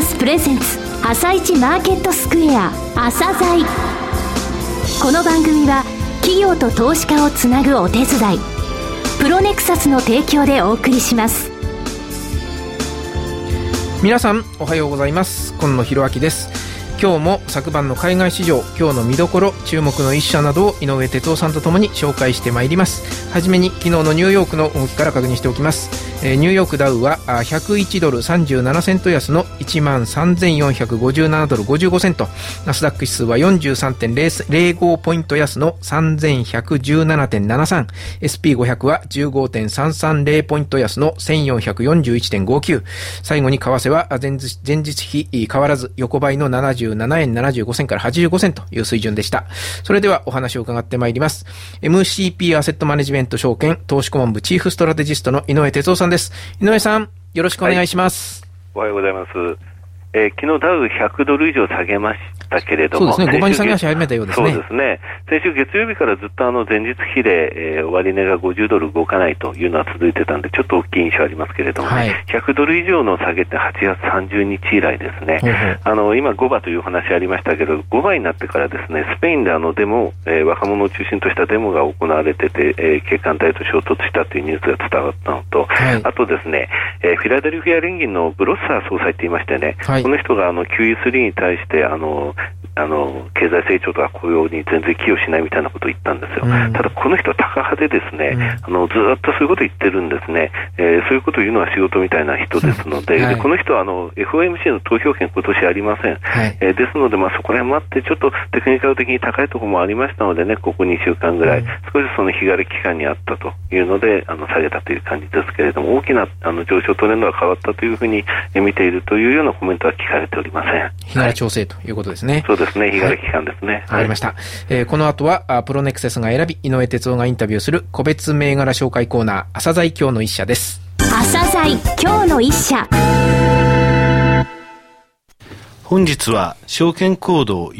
スプレゼンツ朝市マーケットスクエア朝鮮。この番組は企業と投資家をつなぐお手伝いプロネクサスの提供でお送りします。 皆さんおはようございます。今野博明です。今日も昨晩の海外市場、今日の見どころ、注目の一社などを井上哲夫さんとともに紹介してまいります。はじめに昨日のニューヨークの動きから確認しておきます。ニューヨークダウは101ドル37セント安の 13,457 ドル55セント、ナスダック指数は 43.05 ポイント安の 3117.73、 SP500 は 15.330 ポイント安の 1441.59、 最後に為替は前日比変わらず横ばいの77円75銭から85銭という水準でした。それではお話を伺ってまいります。 MCP アセットマネジメント証券投資顧問部チーフストラテジストの井上哲夫さんです。井上さん、よろしくお願いします。 おはようございます。昨日ダウ100ドル以上下げましたけれども、 そうですね、5番に下げ足始めたようですね。 そうですね。先週月曜日からずっと前日比で、終値が50ドル動かないというのは続いてたんで、ちょっと大きい印象ありますけれども、ね、100ドル以上の下げって8月30日以来ですね。今5場という話ありましたけど、5場になってからですね、スペインでデモ、若者を中心としたデモが行われてて、警官隊と衝突したというニュースが伝わったのと、あとですね、フィラデルフィア連銀のブロッサー総裁って言いましてね、この人がQE3 に対して経済成長とか雇用に全然寄与しないみたいなことを言ったんですよ。ただこの人はタカ派でですね、ずっとそういうことを言ってるんですね。そういうことを言うのは仕事みたいな人ですので、でこの人はFOMC の投票権今年ありません。ですので、そこら辺もあってちょっとテクニカル的に高いところもありましたのでね、ここ2週間ぐらい、少しその日枯れ期間にあったというので下げたという感じですけれども、大きな上昇トレンドが変わったというふうに見ているというようなコメントは聞かれておりません。 日枯れ調整ということですね。 そうですね、日枯れ期間ですね。 わかりました。この後はプロネクセスが選び、井上哲夫がインタビューする個別銘柄紹介コーナー、朝鮮今日の一社です。 朝鮮今日の一社。 本日は証券コード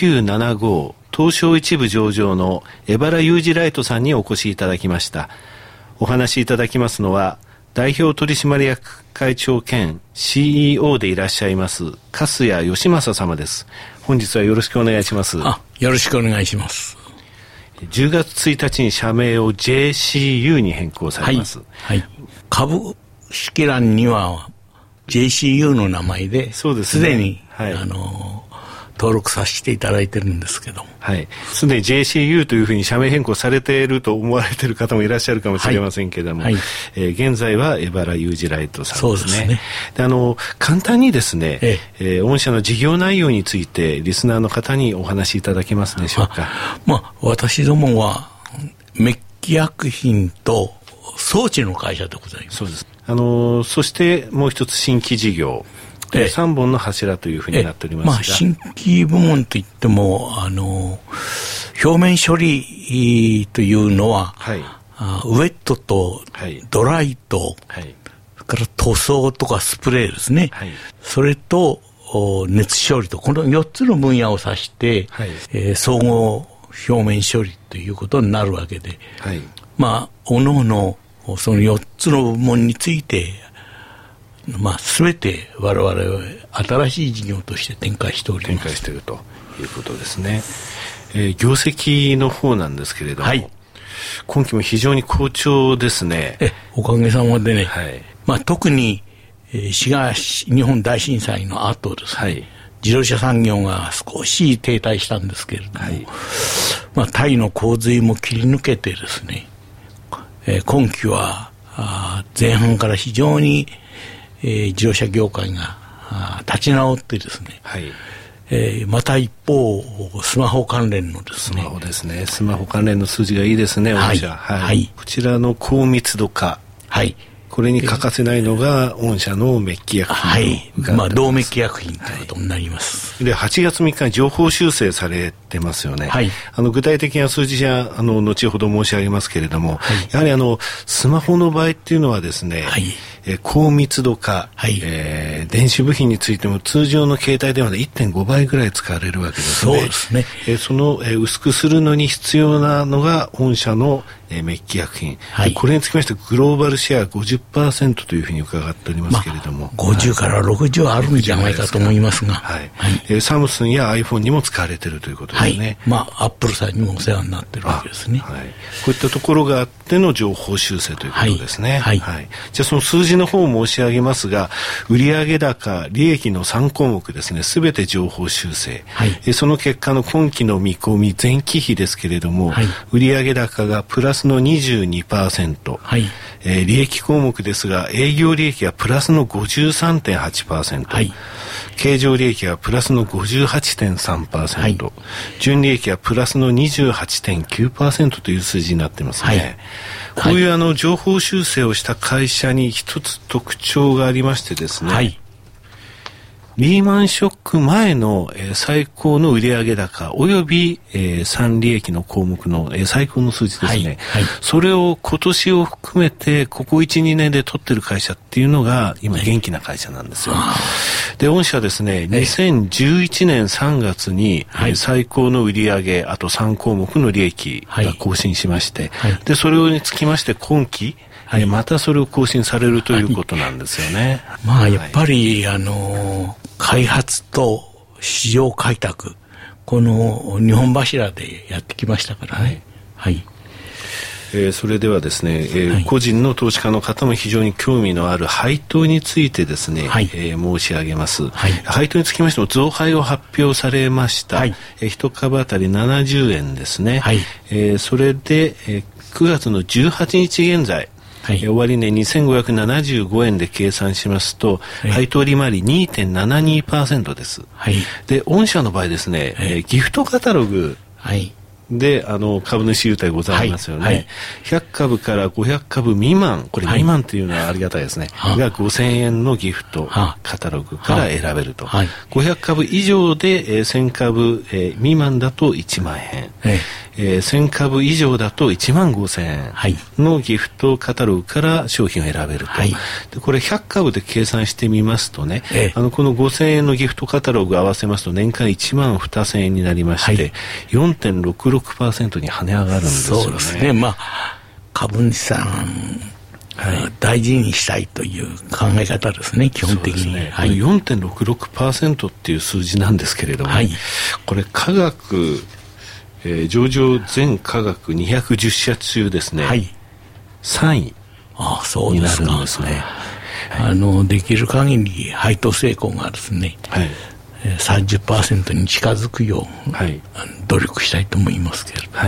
4975東証一部上場の江原裕二ライトさんにお越しいただきました。お話しいただきますのは代表取締役会長兼 CEO でいらっしゃいます粕谷義正様です。本日はよろしくお願いします。 よろしくお願いします。 10月1日に社名を JCU に変更されます。 株式欄には JCU の名前ですでに、登録させていただいてるんですけども、 すでに JCU というふうに社名変更されていると思われていいる方もいらっしゃるかもしれませんけれども、現在は江原裕二ライトさんですね。そうですね。で簡単にですね、御社の事業内容についてリスナーの方にお話しいただけますでしょうか。 私どもはメッキ薬品と装置の会社でございます。 そうです。そしてもう一つ新規事業、3本の柱というふうになっておりますが、 新規部門といっても表面処理というのは、ウェットとドライと、それから塗装とかスプレーですね、それと熱処理と、この4つの分野を指して、総合表面処理ということになるわけで、おのおのその4つの部門について全て我々は新しい事業として展開しております。 展開しているということですね。業績の方なんですけれども、今期も非常に好調ですね。 おかげさまでね、特に東日本大震災の後ですね、自動車産業が少し停滞したんですけれども、タイの洪水も切り抜けてですね、今期は前半から非常に自動車業界が立ち直ってですね、また一方スマホ関連のですね、 スマホ関連の数字がいいですね。御社、こちらの高密度化、これに欠かせないのが御社のメッキ薬品、 同メッキ薬品ということになります。 で8月3日に情報修正されてますよね。具体的な数字は後ほど申し上げますけれども、やはりスマホの場合っていうのはですね、高密度化、 電子部品についても通常の携帯電話で 1.5 倍ぐらい使われるわけですね。 そうですね。 その、薄くするのに必要なのが御社のメッキ薬品、はい、これにつきましてグローバルシェア 50% というふうに伺っておりますけれども、 50から60あるんじゃないかと思いますが、 はいはい、サムスンや iPhone にも使われているということですね。 はい、アップルさんにもお世話になってるわけですね。 はい、こういったところがあっての情報修正ということですね。はいはいはい、じゃあその数字の方を申し上げますが、売上高利益の3項目ですね、すべて情報修正、はい、その結果の今期の見込み前期比ですけれども、はい、売上高がプラスの 22%、はい、利益項目ですが営業利益はプラスの 53.8%、はい、経常利益はプラスの 58.3%、はい、純利益はプラスの 28.9% という数字になってますね。はい、こういう情報修正をした会社に一つ特徴がありましてですね、はい、リーマンショック前の、最高の売上高および、産利益の項目の、最高の数字ですね、はいはい、それを今年を含めてここ 1,2 年で取ってる会社っていうのが今元気な会社なんですよ。で御社ですね、2011年3月に、最高の売上あと3項目の利益が更新しまして、はいはい、でそれにつきまして今期またそれを更新されるということなんですよね。 やっぱり開発と市場開拓、この2本柱でやってきましたからね。はい。 それではですね、個人の投資家の方も非常に興味のある配当についてですね、申し上げます。配当につきましても増配を発表されました。1株当たり70円ですね。それで、9月の18日現在、終値2575円で計算しますと、配当利回り 2.72% です。で御社の場合ですね、ギフトカタログで株主優待ございますよね、100株から500株未満、これ未満というのはありがたいですね、が5000円のギフトカタログから選べると、500株以上で1000株未満だと1万円、1000株以上だと1万5000円のギフトカタログから商品を選べると、でこれ100株で計算してみますとね、この5000円のギフトカタログ合わせますと年間1万2000円になりまして、4.66% に跳ね上がるんですよね。 そうですね。株主さん、大事にしたいという考え方ですね、基本的に。 4.66% っていう数字なんですけれども、これ科学上場全科学210社中ですね、3位になるんですね。 できる限り配当成功がですね、30% に近づくよう、努力したいと思いますけれど、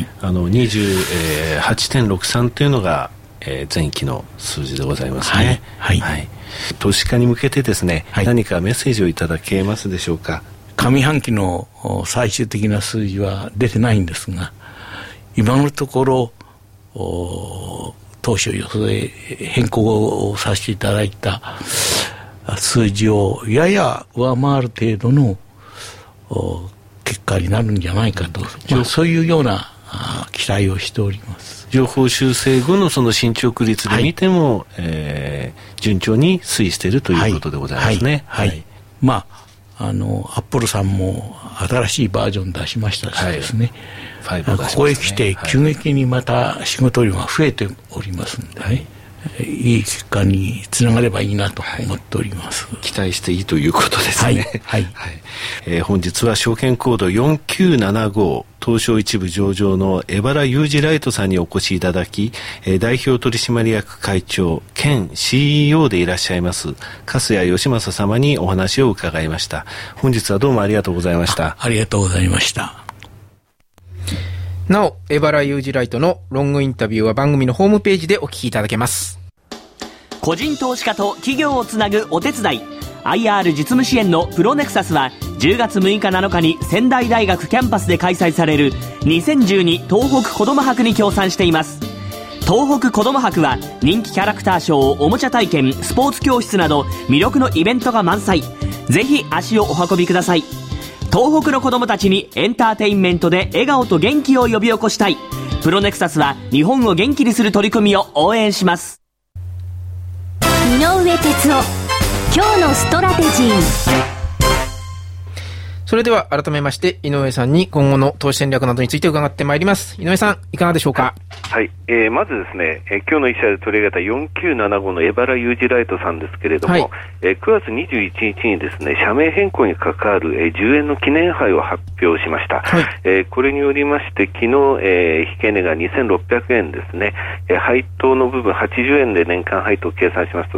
28.63 というのが、前期の数字でございますね。投資家に向けてですね、何かメッセージをいただけますでしょうか。 上半期の最終的な数字は出てないんですが、今のところ当初予想で変更をさせていただいた数字をやや上回る程度の結果になるんじゃないかと、そういうような期待をしております。 情報修正後のその進捗率で見ても、順調に推移しているということでございますね。 アップルさんも新しいバージョン出しましたしですね、ここへ来て急激にまた仕事量が増えておりますのでね、いい結果につながればいいなと思っております。 期待していいということですね。本日は証券コード4975東証一部上場の江原裕二ライトさんにお越しいただき、代表取締役会長兼 CEO でいらっしゃいます粕谷義正様にお話を伺いました。本日はどうもありがとうございました。 ありがとうございました。 なお、江原裕二ライトのロングインタビューは番組のホームページでお聞きいただけます。 個人投資家と企業をつなぐお手伝い IR 実務支援のプロネクサスは10月6日7日に仙台大学キャンパスで開催される2012東北こども博に協賛しています。東北こども博は人気キャラクターショー、おもちゃ体験、スポーツ教室など魅力のイベントが満載。ぜひ足をお運びください。東北の子どもたちにエンターテインメントで笑顔と元気を呼び起こしたい。プロネクサスは日本を元気にする取り組みを応援します。 井上哲夫今日のストラテジー。 それでは改めまして井上さんに今後の投資戦略などについて伺ってまいります。井上さん、いかがでしょうか。 はい、まずですね、今日の一社で取り上げた4975のエバラユージライトさんですけれども、はい、9月21日にですね、社名変更に関わる、10円の記念杯を発表しました。はい、これによりまして昨日、引け値が2600円ですね、配当の部分80円で年間配当を計算しますと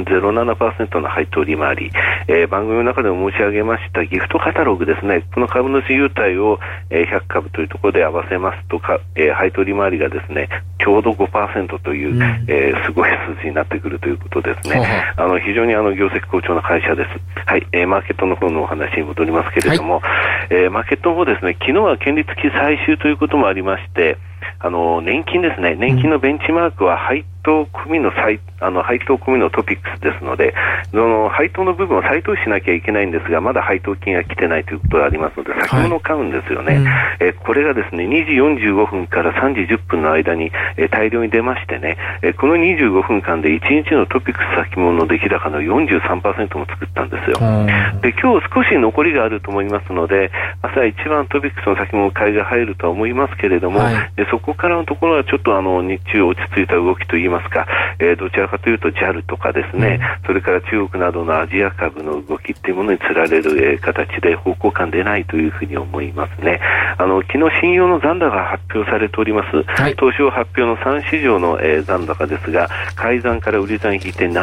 3.07% の配当利回り、番組の中でも申し上げましたギフトカタログですね、この株主優待を100株というところで合わせますとか、配当利回りがですねちょうど 5% という、すごい数字になってくるということですね。非常に業績好調な会社です。はい、マーケットの方のお話に戻りますけれども、はい、マーケットの方ですね、昨日は権利付き最終ということもありまして、年金ですね、年金のベンチマークは配当組の配当組のトピックスですので、配当の部分を再投資しなきゃいけないんですが、まだ配当金が来てないということがありますので、先物を買うんですよね。これがですね、2時45分から3時10分の間に、大量に出ましてね、この25分間で1日のトピックス先物の出来高の 43% も作ったんですよ。で、今日少し残りがあると思いますので、朝一番トピックスの先物買いが入るとは思いますけれども、そこからのところはちょっと日中落ち着いた動きといいますか、どちらかというと JAL とかですね、それから中国などのアジア株の動きっていうものにつられる、形で方向感出ないというふうに思いますね。昨日信用の残高が発表されております、東証発表の3市場の、残高ですが、買い残から売り残引いて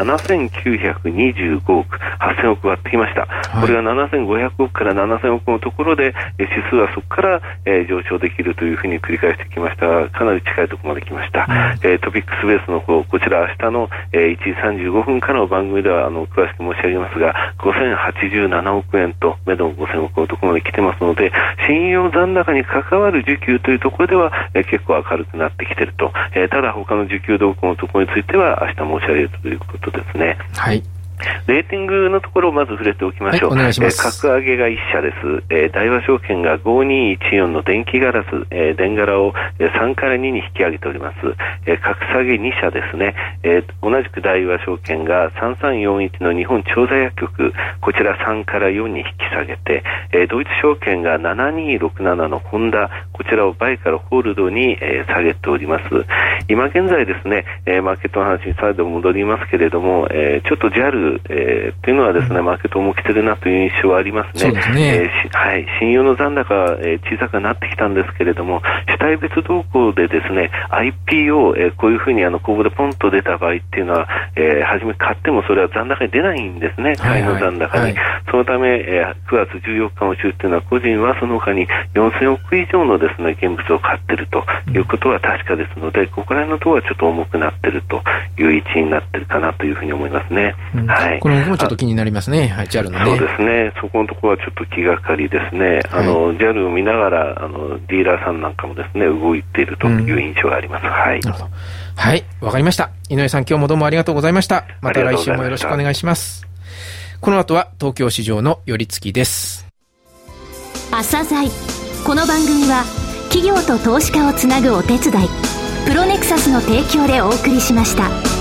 7925億8000億割ってきました。これが7500億から7000億のところで、指数はそこから、上昇できるというふうに繰り返してきましたが、かなり近いところまで来ました。トピックスベースの方、こちら明日の、1時35分からの番組では詳しく申し上げますが、5087億円と目処5000億のところまで来てますので、信用残高に関わる需給というところでは、結構明るくなってきていると、ただ他の需給動向のところについては明日申し上げるということですね。はい。レーティングのところをまず触れておきましょう。お願いします。格上げが1社です。大和証券が5214の電気ガラス、電ガラを3から2に引き上げております。格下げ2社ですね。同じく大和証券が3341の日本調剤薬局、こちら3から4に引き下げて、ドイツ証券が7267のホンダ、こちらをバイからホールドに、下げております。今現在ですね、マーケットの話に再度戻りますけれども、ちょっと JALっていうのはですね、マーケットを重きてるなという印象はありますね。そうですね。はい、信用の残高は、小さくなってきたんですけれども、主体別動向でですね、IPO、こういうふうに公募でポンと出た場合っていうのは、初め買ってもそれは残高に出ないんですね、買いの残高に。そのため、9月14日の週っていうのは個人はその他に4000億以上のですね、現物を買ってるということは確かですので、ここら辺のところはちょっと重くなってるという位置になってるかなというふうに思いますね。はい。 これもちょっと気になりますね。はい、JAL のね。 そうですね。そこのところはちょっと気がかりですね。JAL を見ながらディーラーさんなんかもですね、動いているという印象があります。はい。なるほど。 はい、わかりました。井上さん、今日もどうもありがとうございました。また来週もよろしくお願いします。この後は東京市場の寄り付きです。 朝鮮。この番組は企業と投資家をつなぐお手伝い、プロネクサスの提供でお送りしました。